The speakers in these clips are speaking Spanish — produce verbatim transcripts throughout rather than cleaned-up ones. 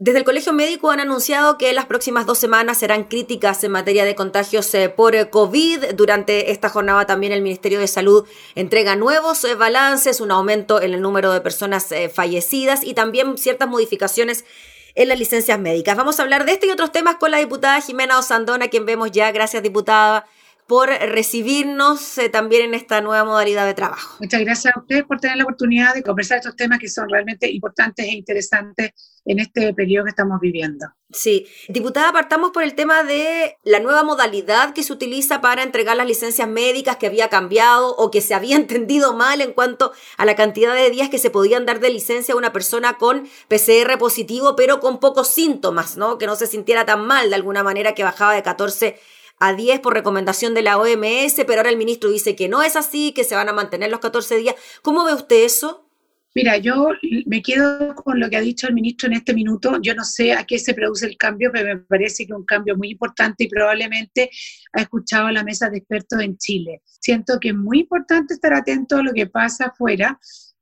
Desde el Colegio Médico han anunciado que las próximas dos semanas serán críticas en materia de contagios eh, por eh, COVID. Durante esta jornada también el Ministerio de Salud entrega nuevos eh, balances, un aumento en el número de personas eh, fallecidas y también ciertas modificaciones en las licencias médicas. Vamos a hablar de este y otros temas con la diputada Jimena Osandón, a quien vemos ya. Gracias, diputada, por recibirnos eh, también en esta nueva modalidad de trabajo. Muchas gracias a ustedes por tener la oportunidad de conversar estos temas que son realmente importantes e interesantes en este periodo que estamos viviendo. Sí. Diputada, partamos por el tema de la nueva modalidad que se utiliza para entregar las licencias médicas, que había cambiado o que se había entendido mal en cuanto a la cantidad de días que se podían dar de licencia a una persona con P C R positivo, pero con pocos síntomas, ¿no? Que no se sintiera tan mal de alguna manera, que bajaba de catorce a diez por recomendación de la O M S, pero ahora el ministro dice que no es así, que se van a mantener los catorce días. ¿Cómo ve usted eso? Mira, yo me quedo con lo que ha dicho el ministro en este minuto. Yo no sé a qué se produce el cambio, pero me parece que es un cambio muy importante y probablemente ha escuchado a la mesa de expertos en Chile. Siento que es muy importante estar atento a lo que pasa afuera,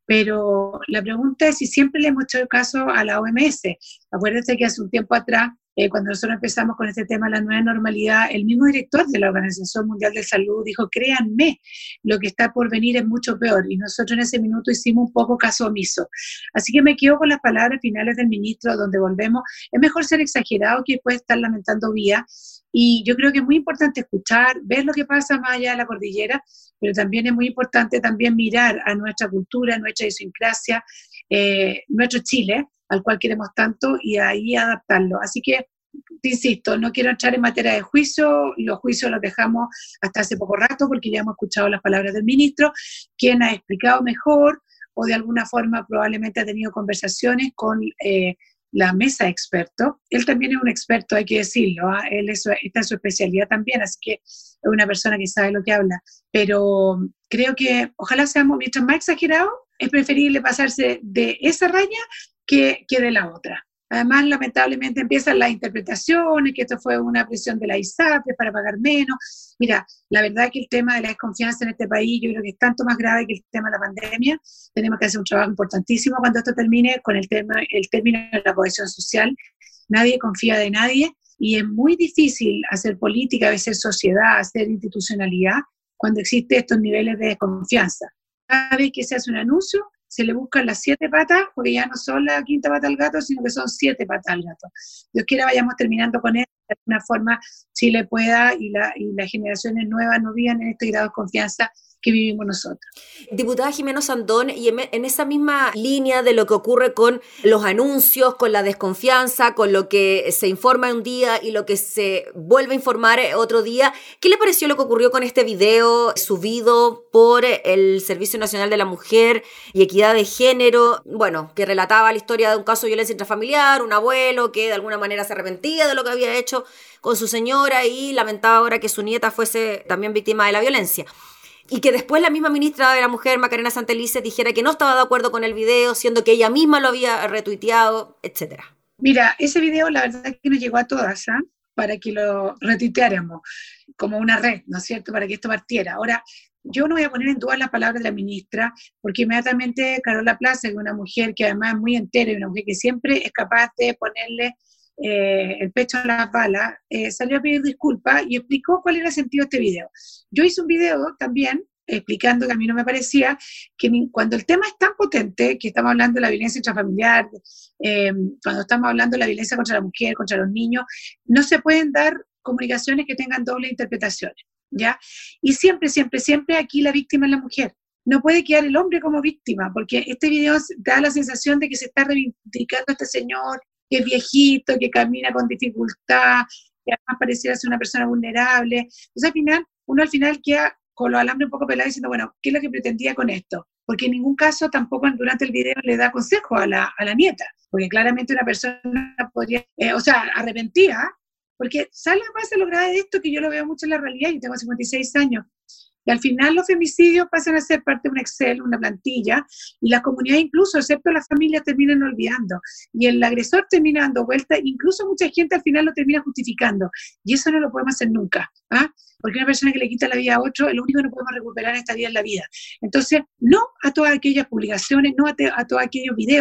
pero la pregunta es si siempre le hemos hecho caso a la O M S. Acuérdense que hace un tiempo atrás, Eh, cuando nosotros empezamos con este tema de la nueva normalidad, el mismo director de la Organización Mundial de Salud dijo, créanme, lo que está por venir es mucho peor, y nosotros en ese minuto hicimos un poco caso omiso. Así que me quedo con las palabras finales del ministro, donde volvemos, es mejor ser exagerado que después estar lamentando vía, y yo creo que es muy importante escuchar, ver lo que pasa más allá de la cordillera, pero también es muy importante también mirar a nuestra cultura, a nuestra idiosincrasia, eh, nuestro Chile, al cual queremos tanto, y ahí adaptarlo. Así que, te insisto, no quiero entrar en materia de juicio, los juicios los dejamos hasta hace poco rato, porque ya hemos escuchado las palabras del ministro, quien ha explicado mejor, o de alguna forma probablemente ha tenido conversaciones con eh, la mesa de expertos. Él también es un experto, hay que decirlo, ¿eh? Él es, está en su especialidad también, así que es una persona que sabe lo que habla. Pero creo que ojalá seamos, mientras más exagerados, es preferible pasarse de esa raya que, que de la otra. Además, lamentablemente empiezan las interpretaciones, que esto fue una presión de la I S A P R E para pagar menos. Mira, la verdad es que el tema de la desconfianza en este país yo creo que es tanto más grave que el tema de la pandemia. Tenemos que hacer un trabajo importantísimo cuando esto termine con el, tema, el término de la cohesión social. Nadie confía de nadie y es muy difícil hacer política, hacer sociedad, hacer institucionalidad cuando existen estos niveles de desconfianza. Cada vez que se hace un anuncio, se le buscan las siete patas, porque ya no son la quinta pata al gato, sino que son siete patas al gato. Dios quiera vayamos terminando con esto, de alguna forma Chile pueda y, la, y las generaciones nuevas no vivan en este grado de confianza que vivimos nosotros. Diputada Jimena Osandón, y en, en esa misma línea de lo que ocurre con los anuncios, con la desconfianza, con lo que se informa un día y lo que se vuelve a informar otro día, ¿qué le pareció lo que ocurrió con este video subido por el Servicio Nacional de la Mujer y Equidad de Género? Bueno, que relataba la historia de un caso de violencia intrafamiliar, un abuelo que de alguna manera se arrepentía de lo que había hecho con su señora y lamentaba ahora que su nieta fuese también víctima de la violencia. Y que después la misma ministra de la Mujer, Macarena Santelices, dijera que no estaba de acuerdo con el video, siendo que ella misma lo había retuiteado, etcétera. Mira, ese video la verdad es que nos llegó a todas, ¿eh? Para que lo retuiteáramos como una red, ¿no es cierto?, para que esto partiera. Ahora, yo no voy a poner en duda las palabras de la ministra, porque inmediatamente Carola Plaza, que es una mujer que además es muy entera y una mujer que siempre es capaz de ponerle eh, el pecho a las balas, eh, salió a pedir disculpas y explicó cuál era el sentido de este video. Yo hice un video también explicando que a mí no me parecía que cuando el tema es tan potente, que estamos hablando de la violencia intrafamiliar, eh, cuando estamos hablando de la violencia contra la mujer, contra los niños, no se pueden dar comunicaciones que tengan doble interpretaciones, ¿ya? Y siempre, siempre, siempre aquí la víctima es la mujer. No puede quedar el hombre como víctima, porque este video da la sensación de que se está reivindicando a este señor, que es viejito, que camina con dificultad, que además pareciera ser una persona vulnerable. Entonces al final, uno al final queda con los alambres un poco pelados diciendo, bueno, ¿qué es lo que pretendía con esto? Porque en ningún caso tampoco durante el video le da consejo a la, a la nieta, porque claramente una persona podría, eh, o sea, arrepentida, porque sale más de lo grave de esto, que yo lo veo mucho en la realidad, yo tengo cincuenta y seis años, y al final los femicidios pasan a ser parte de un Excel, una plantilla, y las comunidades incluso, excepto las familias, terminan olvidando, y el agresor termina dando vueltas, incluso mucha gente al final lo termina justificando, y eso no lo podemos hacer nunca, ¿ah? Porque una persona que le quita la vida a otro, lo único que no podemos recuperar en esta vida es la vida. Entonces, no a todas aquellas publicaciones, no a, te, a todos aquellos videos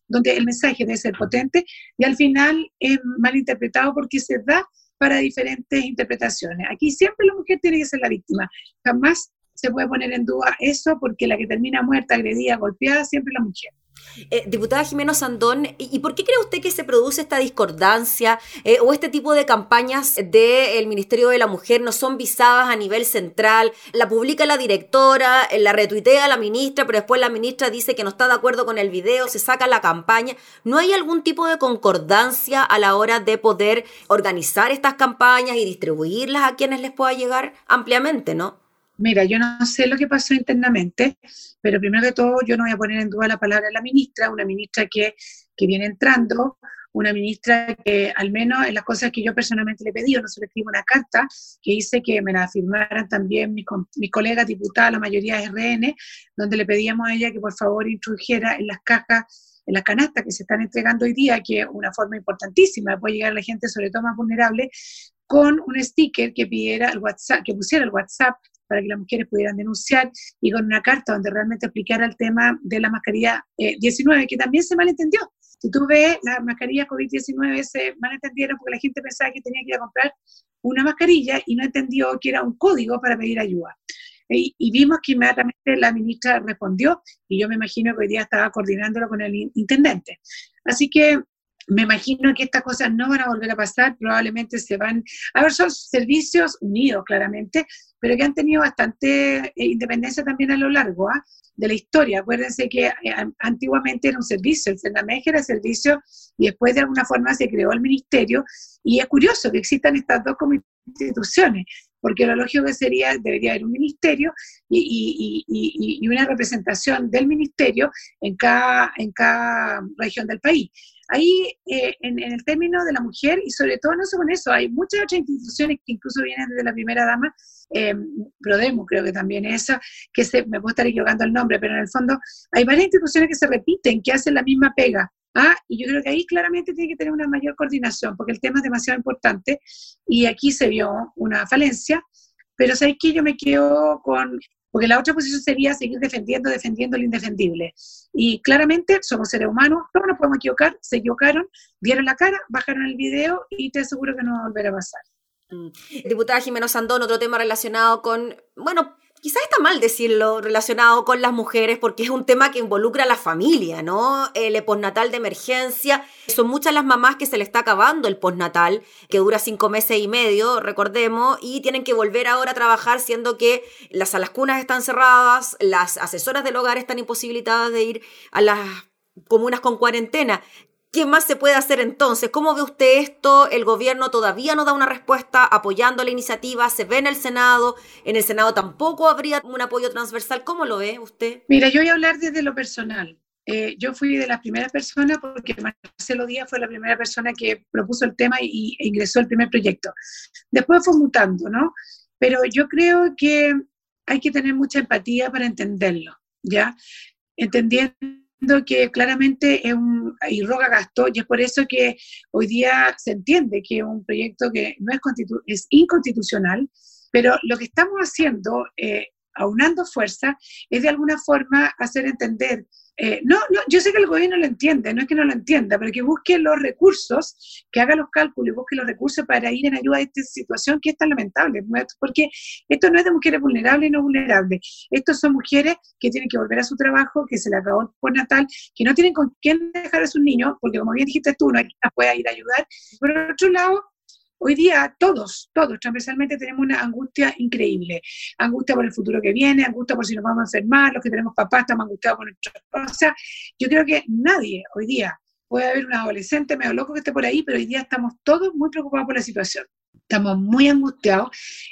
donde el mensaje debe ser potente y al final es mal interpretado porque se da para diferentes interpretaciones. Aquí siempre la mujer tiene que ser la víctima, jamás se puede poner en duda eso porque la que termina muerta, agredida, golpeada, siempre es la mujer. Eh, diputada Jimena Sandón, ¿y por qué cree usted que se produce esta discordancia eh, o este tipo de campañas del Ministerio de la Mujer no son visadas a nivel central? La publica la directora, la retuitea la ministra, pero después la ministra dice que no está de acuerdo con el video, se saca la campaña. ¿No hay algún tipo de concordancia a la hora de poder organizar estas campañas y distribuirlas a quienes les pueda llegar ampliamente, no? Mira, yo no sé lo que pasó internamente, pero primero que todo yo no voy a poner en duda la palabra de la ministra, una ministra que, que viene entrando, una ministra que al menos en las cosas que yo personalmente le he pedido, nosotros escribimos una carta que hice que me la firmaran también mis, mis colegas diputadas, la mayoría de R N, donde le pedíamos a ella que por favor introdujera en las cajas, en las canastas que se están entregando hoy día, que es una forma importantísima de poder llegar a la gente, sobre todo más vulnerable, con un sticker que pidiera el WhatsApp, que pusiera el WhatsApp para que las mujeres pudieran denunciar y con una carta donde realmente explicara el tema de la mascarilla eh, diecinueve, que también se malentendió. Si tú ves, las mascarillas COVID diecinueve se malentendieron porque la gente pensaba que tenía que ir a comprar una mascarilla y no entendió que era un código para pedir ayuda. Y, y vimos que inmediatamente la ministra respondió y yo me imagino que hoy día estaba coordinándolo con el intendente. Así que me imagino que estas cosas no van a volver a pasar, probablemente se van... A ver, son servicios unidos, claramente, pero que han tenido bastante eh, independencia también a lo largo ¿eh? de la historia. Acuérdense que eh, antiguamente era un servicio, el CENAMEJ era servicio, y después de alguna forma se creó el ministerio, y es curioso que existan estas dos como instituciones, porque lo lógico que sería, debería haber un ministerio y, y, y, y una representación del ministerio en cada, en cada región del país. Ahí, eh, en, en el término de la mujer, y sobre todo no solo con eso, hay muchas otras instituciones que incluso vienen desde la primera dama, eh, Prodemo creo que también es esa, que se, me puedo estar equivocando el nombre, pero en el fondo hay varias instituciones que se repiten, que hacen la misma pega, ¿ah? Y yo creo que ahí claramente tiene que tener una mayor coordinación, porque el tema es demasiado importante, y aquí se vio una falencia, pero ¿sabes qué? Yo me quedo con... Porque la otra posición sería seguir defendiendo, defendiendo lo indefendible. Y claramente somos seres humanos, todos nos podemos equivocar, se equivocaron, dieron la cara, bajaron el video y te aseguro que no va a volver a pasar. Mm. Diputada Jimena Sandón, otro tema relacionado con, bueno, quizás está mal decirlo, relacionado con las mujeres, porque es un tema que involucra a la familia, ¿no? El postnatal de emergencia. Son muchas las mamás que se le está acabando el postnatal, que dura cinco meses y medio, recordemos, y tienen que volver ahora a trabajar, siendo que las salas cunas están cerradas, las asesoras del hogar están imposibilitadas de ir a las comunas con cuarentena. ¿Qué más se puede hacer entonces? ¿Cómo ve usted esto? El gobierno todavía no da una respuesta apoyando la iniciativa, se ve en el Senado, en el Senado tampoco habría un apoyo transversal. ¿Cómo lo ve usted? Mira, yo voy a hablar desde lo personal. Eh, yo fui de las primeras personas porque Marcelo Díaz fue la primera persona que propuso el tema y, y ingresó el primer proyecto. Después fue mutando, ¿no? Pero yo creo que hay que tener mucha empatía para entenderlo, ¿ya? Entendiendo que claramente es un, y roga gasto, y es por eso que hoy día se entiende que es un proyecto que no es, constitu- es inconstitucional, pero lo que estamos haciendo, eh, aunando fuerza, es de alguna forma hacer entender, eh, no, no, yo sé que el gobierno lo entiende, no es que no lo entienda, pero que busque los recursos, que haga los cálculos y busque los recursos para ir en ayuda a esta situación que es tan lamentable, porque esto no es de mujeres vulnerables y no vulnerables, estos son mujeres que tienen que volver a su trabajo, que se le acabó el postnatal, que no tienen con quién dejar a sus niños, porque como bien dijiste tú, no hay quien las pueda ir a ayudar. Por otro lado, hoy día todos, todos transversalmente tenemos una angustia increíble, angustia por el futuro que viene, angustia por si nos vamos a enfermar, los que tenemos papás estamos angustiados por nuestras cosas. Yo creo que nadie hoy día, puede haber un adolescente medio loco que esté por ahí, pero hoy día estamos todos muy preocupados por la situación, estamos muy angustiados,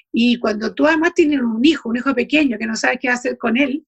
y cuando tú además tienes un hijo, un hijo pequeño que no sabes qué hacer con él,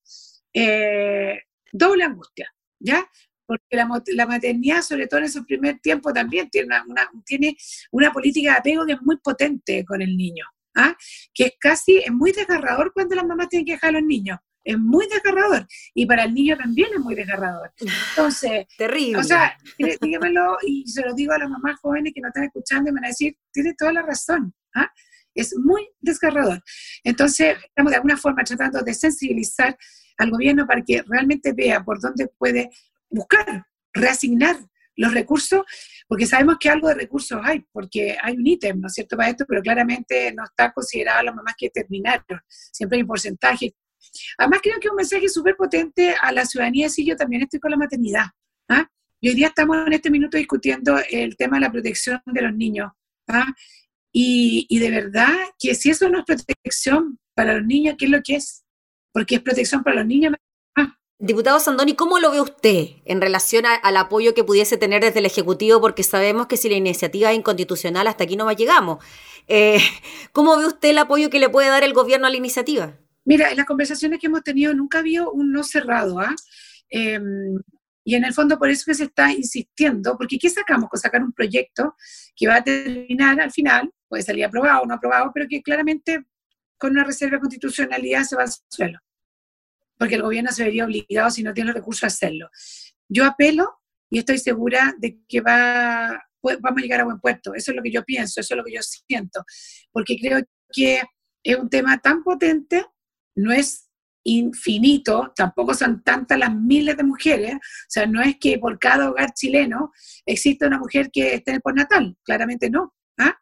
eh, doble angustia, ¿ya? Porque la, la maternidad, sobre todo en esos primer tiempo, también tiene una, una, tiene una política de apego que es muy potente con el niño, ¿ah? Que es casi, es muy desgarrador cuando las mamás tienen que dejar a los niños, es muy desgarrador, y para el niño también es muy desgarrador. Entonces, terrible. O sea, dígamelo, y se lo digo a las mamás jóvenes que no están escuchando y me van a decir, tienes toda la razón, ¿ah? Es muy desgarrador. Entonces, estamos de alguna forma tratando de sensibilizar al gobierno para que realmente vea por dónde puede buscar, reasignar los recursos, porque sabemos que algo de recursos hay, porque hay un ítem, ¿no es cierto?, para esto, pero claramente no está considerado las mamás que terminaron, siempre hay un porcentaje. Además creo que es un mensaje súper potente a la ciudadanía, si yo también estoy con la maternidad, ¿ah? Y hoy día estamos en este minuto discutiendo el tema de la protección de los niños, ¿ah? Y, y de verdad que si eso no es protección para los niños, ¿qué es lo que es? Porque es protección para los niños. Ah. Diputado Sandoni, ¿cómo lo ve usted en relación a, al apoyo que pudiese tener desde el Ejecutivo? Porque sabemos que si la iniciativa es inconstitucional, hasta aquí no más llegamos. Eh, ¿Cómo ve usted el apoyo que le puede dar el gobierno a la iniciativa? Mira, en las conversaciones que hemos tenido nunca ha habido un no cerrado, ¿ah? Eh, y en el fondo por eso que se está insistiendo, porque ¿qué sacamos con sacar un proyecto que va a terminar al final, puede salir aprobado o no aprobado, pero que claramente con una reserva de constitucionalidad se va al suelo? Porque el gobierno se vería obligado, si no tiene los recursos, a hacerlo. Yo apelo y estoy segura de que va, vamos a llegar a buen puerto. Eso es lo que yo pienso, eso es lo que yo siento, porque creo que es un tema tan potente, no es infinito, tampoco son tantas las miles de mujeres, o sea, no es que por cada hogar chileno exista una mujer que esté en el postnatal, claramente no. ¿Ah?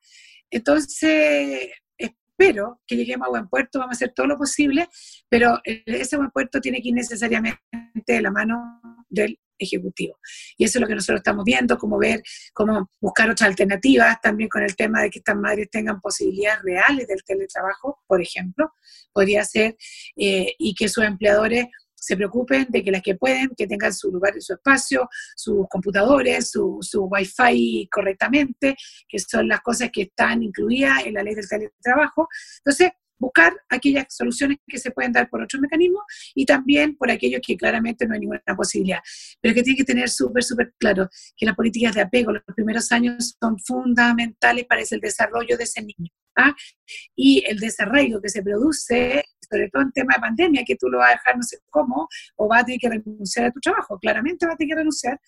Entonces, espero que lleguemos a buen puerto, vamos a hacer todo lo posible, pero ese buen puerto tiene que ir necesariamente de la mano del Ejecutivo. Y eso es lo que nosotros estamos viendo, cómo ver, cómo buscar otras alternativas, también con el tema de que estas madres tengan posibilidades reales del teletrabajo, por ejemplo, podría ser, eh, y que sus empleadores se preocupen de que las que pueden, que tengan su lugar y su espacio, sus computadores, su, su wifi correctamente, que son las cosas que están incluidas en la ley del teletrabajo. Entonces, buscar aquellas soluciones que se pueden dar por otros mecanismos y también por aquellos que claramente no hay ninguna posibilidad. Pero que tiene que tener súper, súper claro que las políticas de apego los primeros años son fundamentales para el desarrollo de ese niño. ¿Ah? Y el desarrollo que se produce, sobre todo en tema de pandemia, que tú lo vas a dejar no sé cómo, o vas a tener que renunciar a tu trabajo, claramente vas a tener que renunciar,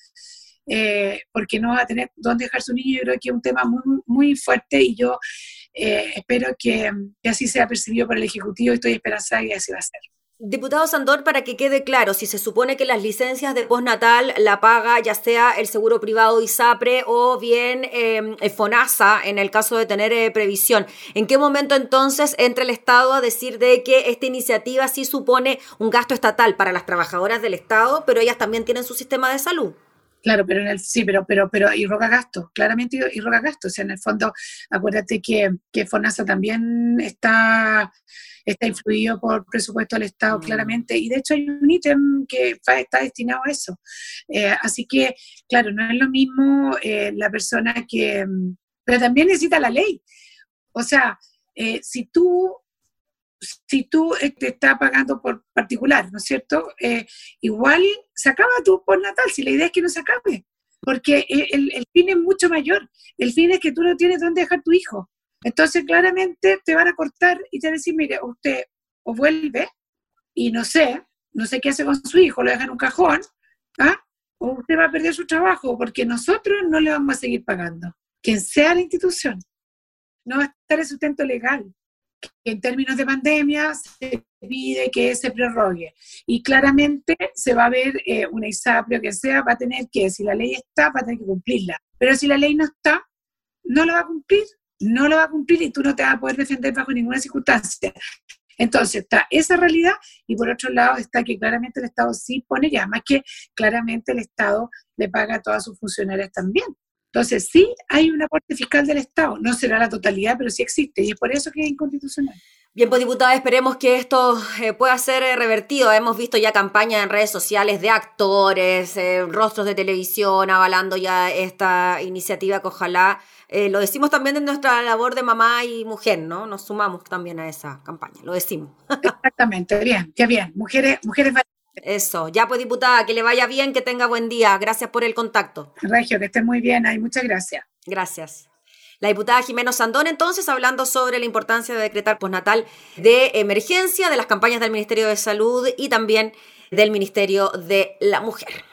eh, porque no va a tener dónde dejar su niño. Yo creo que es un tema muy, muy fuerte y yo eh, espero que, que así sea percibido por el Ejecutivo y estoy esperanzada que así va a ser. Diputado Sandor, para que quede claro, si se supone que las licencias de postnatal la paga ya sea el seguro privado ISAPRE o bien eh, FONASA en el caso de tener eh, previsión, ¿en qué momento entonces entra el Estado a decir de que esta iniciativa sí supone un gasto estatal para las trabajadoras del Estado, pero ellas también tienen su sistema de salud? Claro, pero en el, sí, pero, pero, pero irroga gasto, claramente irroga gasto. O sea, en el fondo, acuérdate que, que FONASA también está, está influido por presupuesto del Estado, mm. claramente, y de hecho hay un ítem que está destinado a eso. Eh, así que, claro, no es lo mismo eh, la persona que... Pero también necesita la ley. O sea, eh, si tú... si tú te estás pagando por particular, ¿no es cierto? Eh, igual se acaba tu postnatal, si la idea es que no se acabe, porque el, el fin es mucho mayor. El fin es que tú no tienes dónde dejar tu hijo. Entonces, claramente te van a cortar y te van a decir, mire, usted o vuelve y no sé, no sé qué hace con su hijo, lo deja en un cajón, ¿ah? O usted va a perder su trabajo porque nosotros no le vamos a seguir pagando. Quien sea la institución, no va a estar el sustento legal. Que en términos de pandemia se pide que se prorrogue y claramente se va a ver eh, una ISAPRE o que sea, va a tener que, si la ley está, va a tener que cumplirla, pero si la ley no está, no la va a cumplir, no la va a cumplir y tú no te vas a poder defender bajo ninguna circunstancia. Entonces está esa realidad y por otro lado está que claramente el Estado sí pone ya, más que claramente el Estado le paga a todas sus funcionarias también. Entonces, sí hay un aporte fiscal del Estado, no será la totalidad, pero sí existe, y es por eso que es inconstitucional. Bien, pues diputada, esperemos que esto eh, pueda ser eh, revertido. Hemos visto ya campañas en redes sociales de actores, eh, rostros de televisión, avalando ya esta iniciativa que ojalá, eh, lo decimos también en nuestra labor de mamá y mujer, ¿no? Nos sumamos también a esa campaña, lo decimos. Exactamente, bien, qué bien, mujeres, mujeres valientes. Eso, ya pues diputada, que le vaya bien, que tenga buen día. Gracias por el contacto. Regio, que esté muy bien, ay, muchas gracias. Gracias. La diputada Jimena Sandón, entonces, hablando sobre la importancia de decretar postnatal de emergencia, de las campañas del Ministerio de Salud y también del Ministerio de la Mujer.